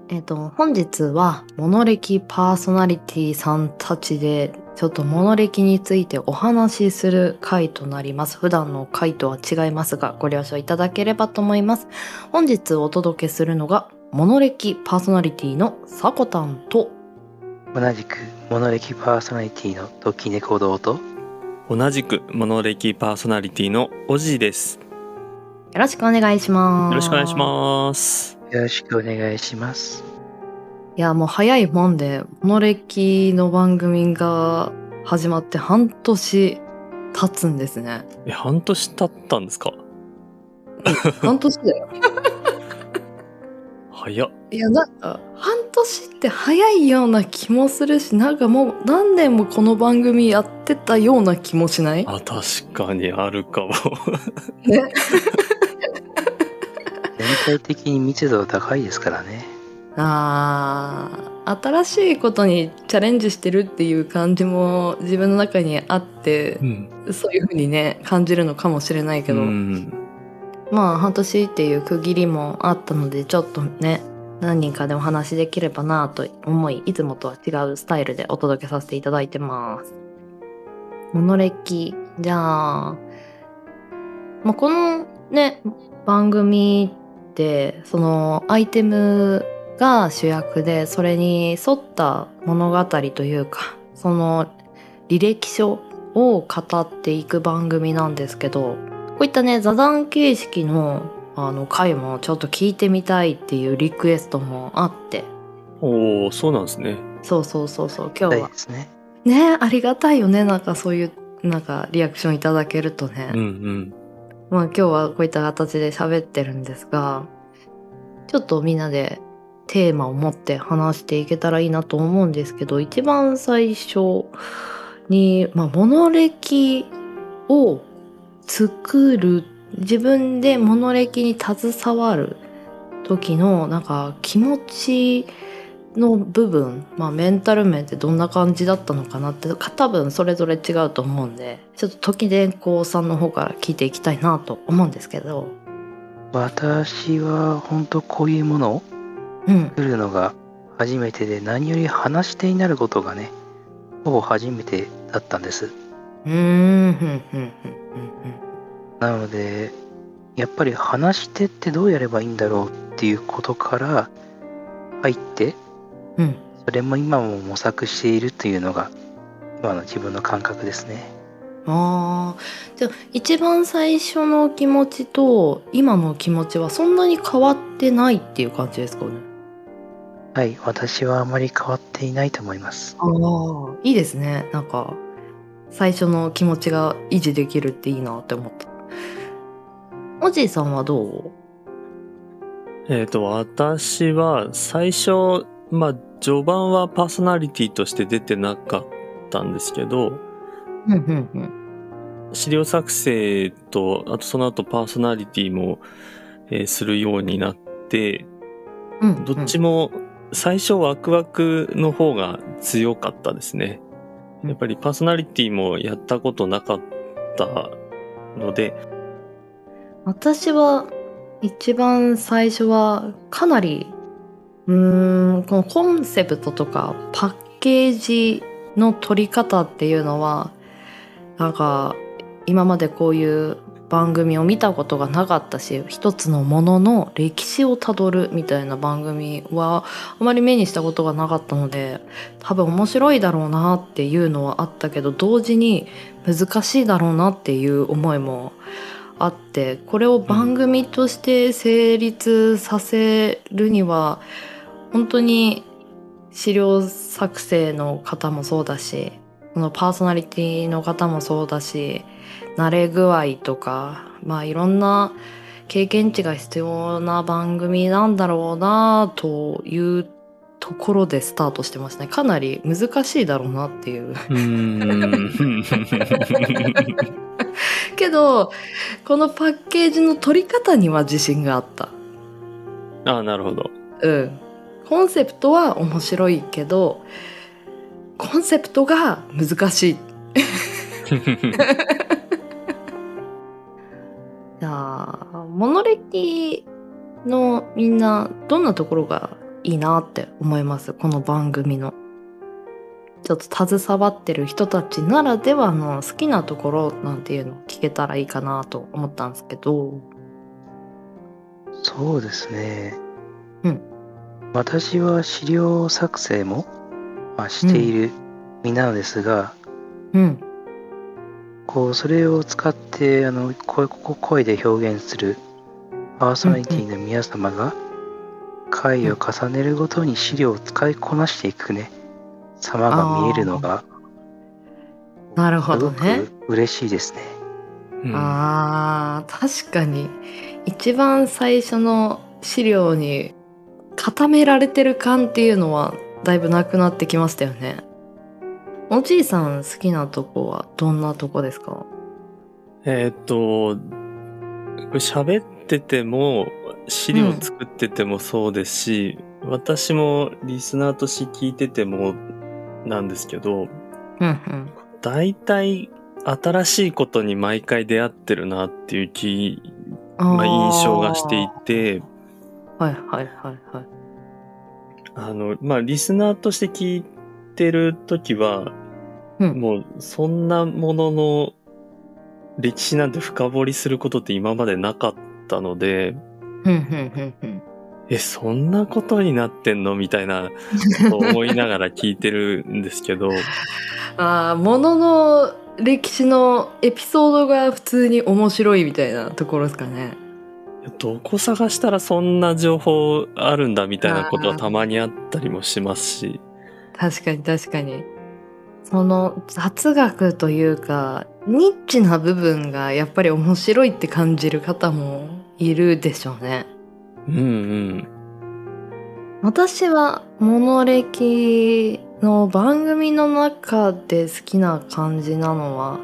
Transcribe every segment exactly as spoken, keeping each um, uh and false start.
えっと、本日はモノ歴パーソナリティさんたちでちょっとモノ歴についてお話しする回となります。普段の回とは違いますがご了承いただければと思います。本日お届けするのがモノ歴パーソナリティのさこたんと、 同じくモノ歴パーソナリティのドキネコ堂と、 同じくモノ歴パーソナリティのオジーです。 よろしくお願いします。 よろしくお願いします。 よろしくお願いします。 いや、もう早いもんでモノ歴の番組が始まって半年経つんですね。 え、半年経ったんですか？ 半年だよ。 早っ。 いや、なんか半年って早いような気もするし、なんかもう何年もこの番組やってたような気もしない？ あ、確かにあるかも。 ね。 全体的に密度高いですからね。 あー、新しいことにチャレンジしてるっていう感じも自分の中にあって、 うん、 そういう風にね感じるのかもしれないけど、 うん、 まあ半年っていう区切りもあったので、ちょっとね何人かでお話しできればなと思い、いつもとは違うスタイルでお届けさせていただいてます。モノ歴、じゃあ、まあ、このね番組ってそのアイテムが主役で、それに沿った物語というか、その履歴書を語っていく番組なんですけど、こういったね座談形式のあの回もちょっと聞いてみたいっていうリクエストもあって。 おお、そうなんですね。 そうそうそうそう、今日はですね。 ね、ありがたいよね、なんかそういうなんかリアクションいただけるとね。 うんうん。 まあ今日はこういった形で喋ってるんですが、ちょっとみんなでテーマを持って話していけたらいいなと思うんですけど、一番最初に、まあ、モノ歴を作る、自分でモノ歴に携わる時のなんか気持ちの部分、まあメンタル面ってどんな感じだったのかなって、多分それぞれ違うと思うんで、ちょっと時電工さんの方から聞いていきたいなと思うんですけど。 私は本当こういうものを作るのが初めてで、何より話し手になることがね、ほぼ初めてだったんです。 うーん、ふんふんふんふん。 なので、やっぱり話し手ってどうやればいいんだろうっていうことから入って、 うん、 それも今も模索しているというのが今の自分の感覚ですね。 ああ、じゃあ一番最初の気持ちと今の気持ちはそんなに変わってないっていう感じですかね？ はい、私はあまり変わっていないと思います。 ああ、いいですね。なんか最初の気持ちが維持できるっていいなって思った。おじいさんはどう？ えっと、私は最初、まあ、序盤はパーソナリティとして出てなかったんですけど、 うんうんうん。 資料作成と、あとその後パーソナリティも、えーするようになって、 うんうん、 どっちも最初ワクワクの方が強かったですね。やっぱりパーソナリティもやったことなかったので。 私は一番最初はかなりうーんこのコンセプトとかパッケージの取り方っていうのは、なんか今までこういう番組を見たことがなかったし、一つのものの歴史をたどるみたいな番組はあまり目にしたことがなかったので、多分面白いだろうなっていうのはあったけど、同時に難しいだろうなっていう思いもあって、これを番組として成立させるには、本当に資料作成の方もそうだし、このパーソナリティの方もそうだし、慣れ具合とか、まあいろんな経験値が必要な番組なんだろうなというところでスタートしてますね。かなり難しいだろうなっていう。 うーんけどこのパッケージの取り方には自信があった。 ああ、なるほど。 うん。コンセプトは面白いけど、コンセプトが難しい。じゃあモノ歴のみんなどんなところがいいなって思います。この番組のちょっと携わってる人たちならではの好きなところなんていうのを聞けたらいいかなと思ったんですけど。 そうですね。 うん。 私は資料作成も、まあ、している身なのですが、 うん。 こうそれを使ってあの 声, 声で表現するパーソナリティの皆様が回を重ねるごとに資料を使いこなしていくね、様が見えるのがなるほどね。 すごく嬉しいですね。 うん、あー確かに一番最初の資料に固められてる感っていうのはだいぶなくなってきましたよね。おじいさん好きなとこはどんなとこですか？ えー、っと喋ってても資料作っててもそうですし、うん、私もリスナーとして聞いててもなんですけど、 うんうん、 だいたい新しいことに毎回出会ってるなっていう気、まあ、印象がしていて、 はいはいはいはい。 あの、まあ、リスナーとして聞いてるときは、うん、もうそんなものの歴史なんて深掘りすることって今までなかったので、 ふんふんふんふん。 え、そんなことになってんのみたいなことを思いながら聞いてるんですけど。 ああ、ものの歴史のエピソードが普通に面白いみたいなところですかね。 どこ探したらそんな情報あるんだみたいなことはたまにあったりもしますし。 確かに確かに。その雑学というかニッチな部分がやっぱり面白いって感じる方もいるでしょうね。 うんうん。 私はモノ歴の番組の中で好きな感じなのは、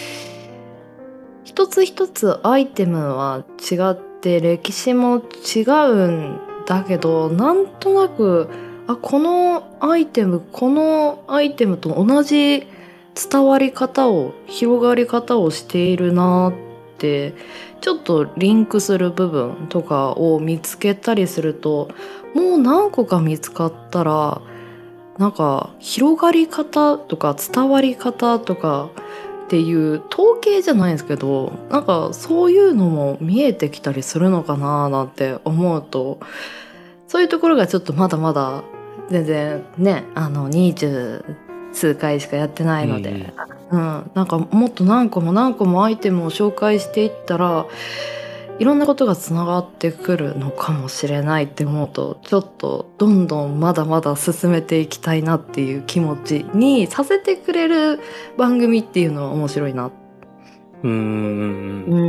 一つ一つアイテムは違って歴史も違うんだけど、なんとなくあこのアイテムこのアイテムと同じ伝わり方を広がり方をしているなってちょっとリンクする部分とかを見つけたりすると、もう何個か見つかったらなんか広がり方とか伝わり方とかっていう統計じゃないんですけど、なんかそういうのも見えてきたりするのかななんて思うと、そういうところがちょっとまだまだ全然ね、あのにじゅう数回しかやってないので、うん、うん、なんかもっと何個も何個もアイテムを紹介していったらいろんなことがつながってくるのかもしれないって思うと、ちょっとどんどんまだまだ進めていきたいなっていう気持ちにさせてくれる番組っていうのは面白いな。 うーん、 うん、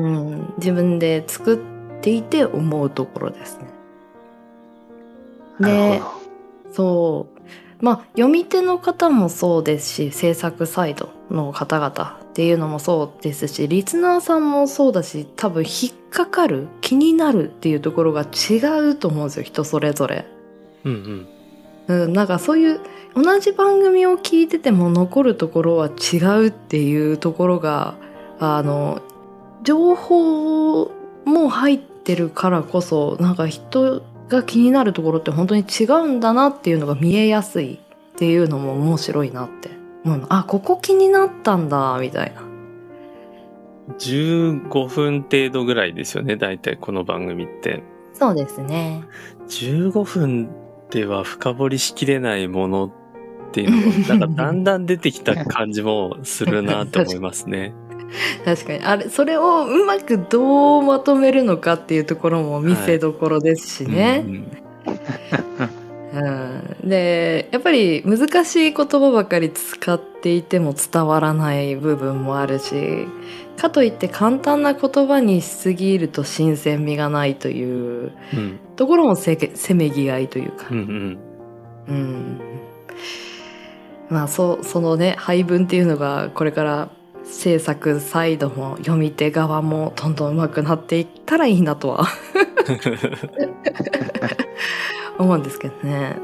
自分で作っていて思うところですね。で、そうまあ読み手の方もそうですし、制作サイドの方々っていうのもそうですし、リスナーさんもそうだし、多分引っかかる気になるっていうところが違うと思うんですよ、人それぞれ。 うんうん、 うん、なんかそういう同じ番組を聞いてても残るところは違うっていうところが、あの情報も入ってるからこそ、なんか人が気になるところって本当に違うんだなっていうのが見えやすいっていうのも面白いなって思うの。あ、ここ気になったんだみたいな。 じゅうごふん程度ぐらいですよね、だいたいこの番組って。 そうですね。 じゅうごふんでは深掘りしきれないものっていうのがなんかだんだん出てきた感じもするなと思いますね。 確かにあれ、それをうまくどうまとめるのかっていうところも見せどころですしね、はい、うんうんうん、でやっぱり難しい言葉ばかり使っていても伝わらない部分もあるし、かといって簡単な言葉にしすぎると新鮮味がないというところもせ、せめぎ合いというか、うんうんうん、まあそ、そのね配分っていうのがこれから制作サイドも読み手側もどんどん上手くなっていったらいいなとは思うんですけどね。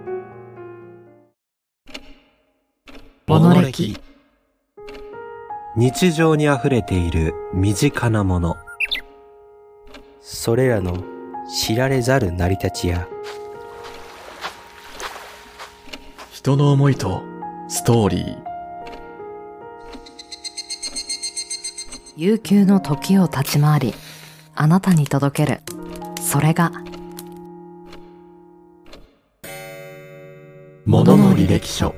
モノ歴。 日常にあふれている身近なもの。 それらの知られざる成り立ちや、 人の思いとストーリー。 悠久の時を立ち回り、あなたに届ける。それがものの履歴書。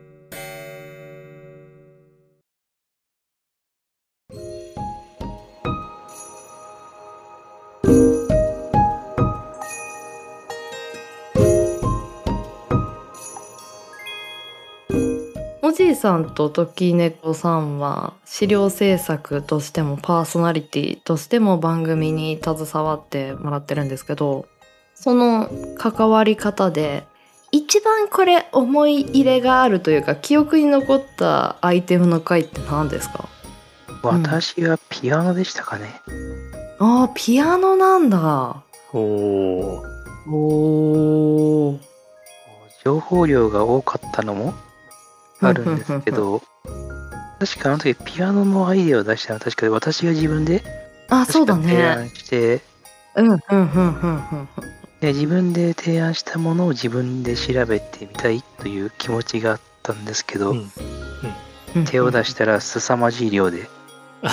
おじいさんと時猫さんは資料制作としてもパーソナリティとしても番組に携わってもらってるんですけど、その関わり方で一番これ思い入れがあるというか記憶に残ったアイテムの回って何ですか？ 私はピアノでしたかね。 ああ、ピアノなんだ。 おー。 おー。 情報量が多かったのもあるんですけど、確かあの時ピアノのアイデアを出したのは確か私が自分であ、そうだ提ね。 案して、 うんうんうんうんうんで自分で提案したものを自分で調べてみたいという気持ちがあったんですけど、 うんうん。 手を出したら凄まじい量で、 ま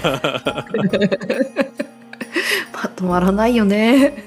とまらないよね。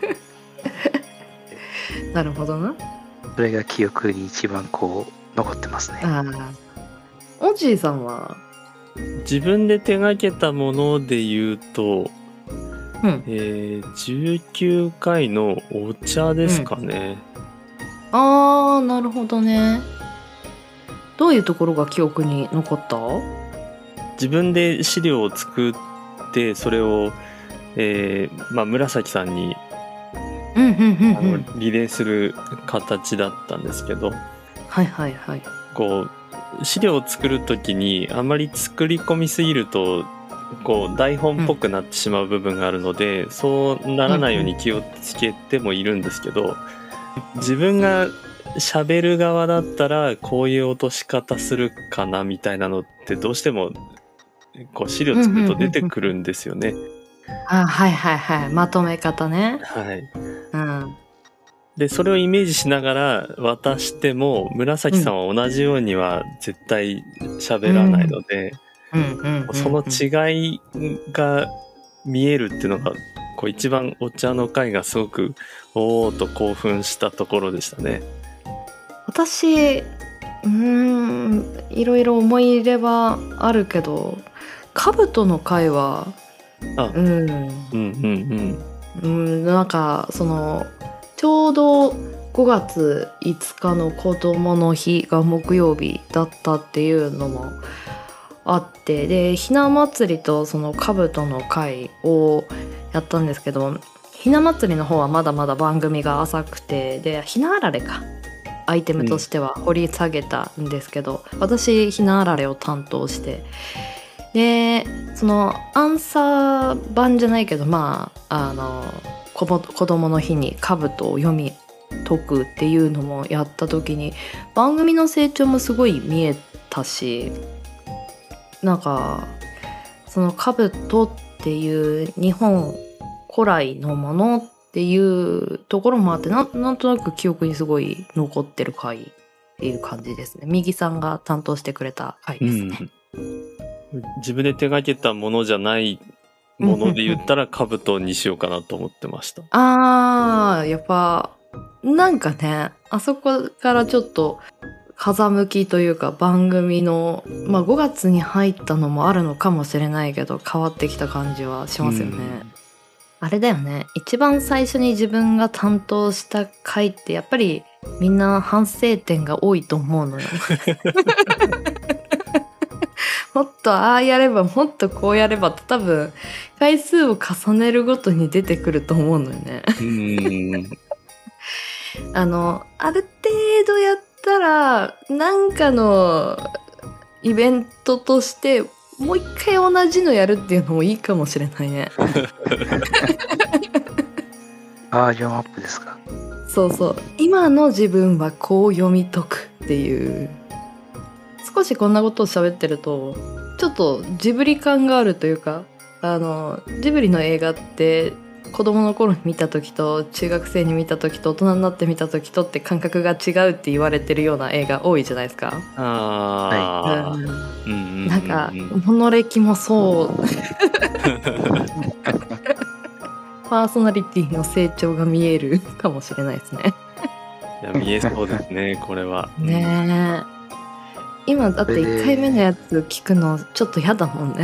なるほどな。 それが記憶に一番こう残ってますね。 ああ。おじいさんは、 自分で手がけたもので言うと、 うん。 えー、じゅうきゅうかいのお茶ですかね。 ああ、なるほどね。どういうところが記憶に残った？ 自分で資料を作ってそれを、えーまあ、紫さんにうんうんうんあのうん。 リレーする形だったんですけど、 はいはいはい。 こう資料を作るときにあまり作り込みすぎるとこう台本っぽくなってしまう部分があるので、うん、そうならないように気をつけてもいるんですけど、自分が喋る側だったらこういう落とし方するかなみたいなのってどうしてもこう資料作ると出てくるんですよね。 あ、はいはいはい。まとめ方ね。 はい。 うん。 でそれをイメージしながら渡しても紫さんは同じようには絶対喋らないので、 うんうんうんうん、 その違いが見えるっていうのがこう一番お茶の会がすごくおーっと興奮したところでしたね。 私うーんいろいろ思い入れはあるけど、兜の会はあ、 うんうんうんうんうんなんかそのちょうどごがついつかの子どもの日が木曜日だったっていうのもあって、でひな祭りとその兜の会をやったんですけど、ひな祭りの方はまだまだ番組が浅くて、でひなあられかアイテムとしては掘り下げたんですけど、うん、私ひなあられを担当して、でそのアンサー版じゃないけど、まああの子供の日に兜を読み解くっていうのもやった時に番組の成長もすごい見えたし、なんかその兜っていう日本古来のものっていうところもあって、な ん, なんとなく記憶にすごい残ってる回っていう感じですね。右さんが担当してくれた回ですね、 うん、自分で手掛けたものじゃないもので言ったら兜にしようかなと思ってました。 あー、やっぱなんかね、あそこからちょっと風向きというか番組の、まあごがつに入ったのもあるのかもしれないけど変わってきた感じはしますよね。あれだよね、一番最初に自分が担当した回ってやっぱりみんな反省点が多いと思うのよ。もっとああやればもっとこうやればって多分回数を重ねるごとに出てくると思うのよね。 うんあのある程度やったらなんかのイベントとしてもう一回同じのやるっていうのもいいかもしれないね。 バージョンアップですか。 そうそう、今の自分はこう読み解くっていう。少しこんなことを喋ってるとちょっとジブリ感があるというか、あのジブリの映画って子供の頃に見た時と中学生に見た時と大人になって見た時とって感覚が違うって言われてるような映画多いじゃないですか。 ああ、 うん、 うんうんうん、 なんかモノレキもそうパーソナリティの成長が見えるかもしれないですね。 いや見えそうですねこれは。 ねえ。今だっていっかいめのやつ聞くのちょっと嫌だもんね。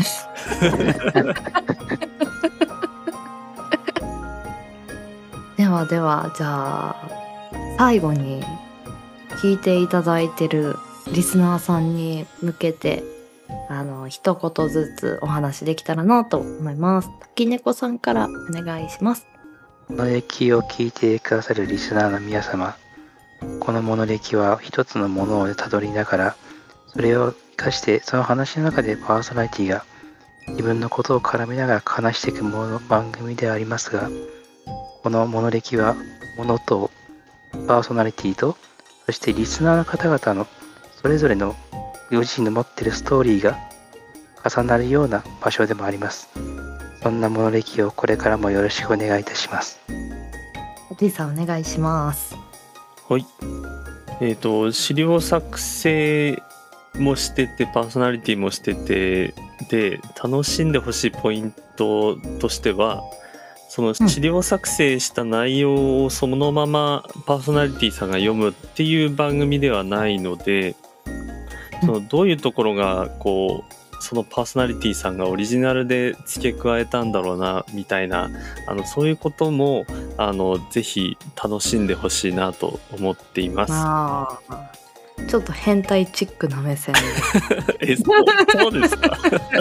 ではではじゃあ最後に聞いていただいてるリスナーさんに向けてあの一言ずつお話できたらなと思います。滝猫さんからお願いします。 この歴を聞いてくださるリスナーの皆様、このモノ歴は一つのものをたどりながら、それを生かしてその話の中でパーソナリティが自分のことを絡めながら話していくもの番組ではありますが、このモノ歴はものとパーソナリティとそしてリスナーの方々のそれぞれのご自身の持っているストーリーが重なるような場所でもあります。そんなモノ歴をこれからもよろしくお願いいたします。 Tさんお願いします。 はい。えっと資料作成もしててパーソナリティもしててで楽しんでほしいポイントとしては、その資料作成した内容をそのままパーソナリティさんが読むっていう番組ではないので、そのどういうところがこうそのパーソナリティさんがオリジナルで付け加えたんだろうなみたいな、あのそういうこともあのぜひ楽しんでほしいなと思っています。 あー、ちょっと変態チックな目線え、そうそうですか。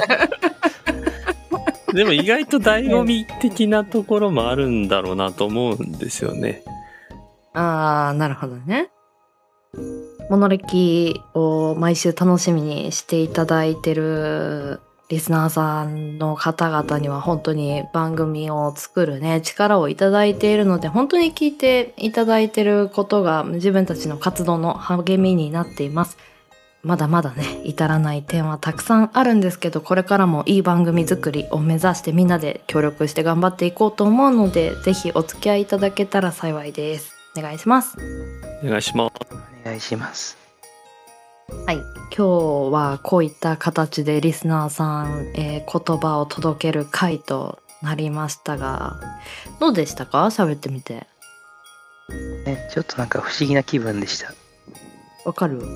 でも意外と醍醐味的なところもあるんだろうなと思うんですよね。 ああ、なるほどね。モノレキを毎週楽しみにしていただいてるリスナーさんの方々には本当に番組を作るね力をいただいているので、本当に聞いていただいてることが自分たちの活動の励みになっています。まだまだね至らない点はたくさんあるんですけど、これからもいい番組作りを目指してみんなで協力して頑張っていこうと思うので、ぜひお付き合いいただけたら幸いです。お願いします。 お願いします。 お願いします。 はい、今日はこういった形でリスナーさん、えー、言葉を届ける回となりましたが、どうでしたか？喋ってみて。 ね、ちょっとなんか不思議な気分でした。 わかる？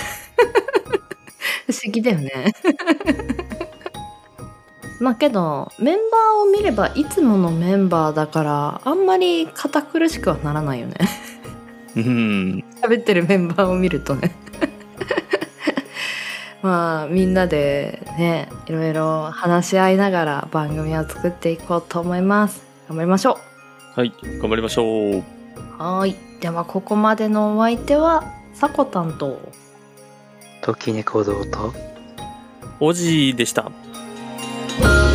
不思議だよね。まあけどメンバーを見ればいつものメンバーだからあんまり堅苦しくはならないよね。 うん。 喋ってるメンバーを見るとね。まあみんなでねいろいろ話し合いながら番組を作っていこうと思います。頑張りましょう。はい、頑張りましょう。 はい、ではここまでのお相手はさこたんと時猫堂とおじいでした。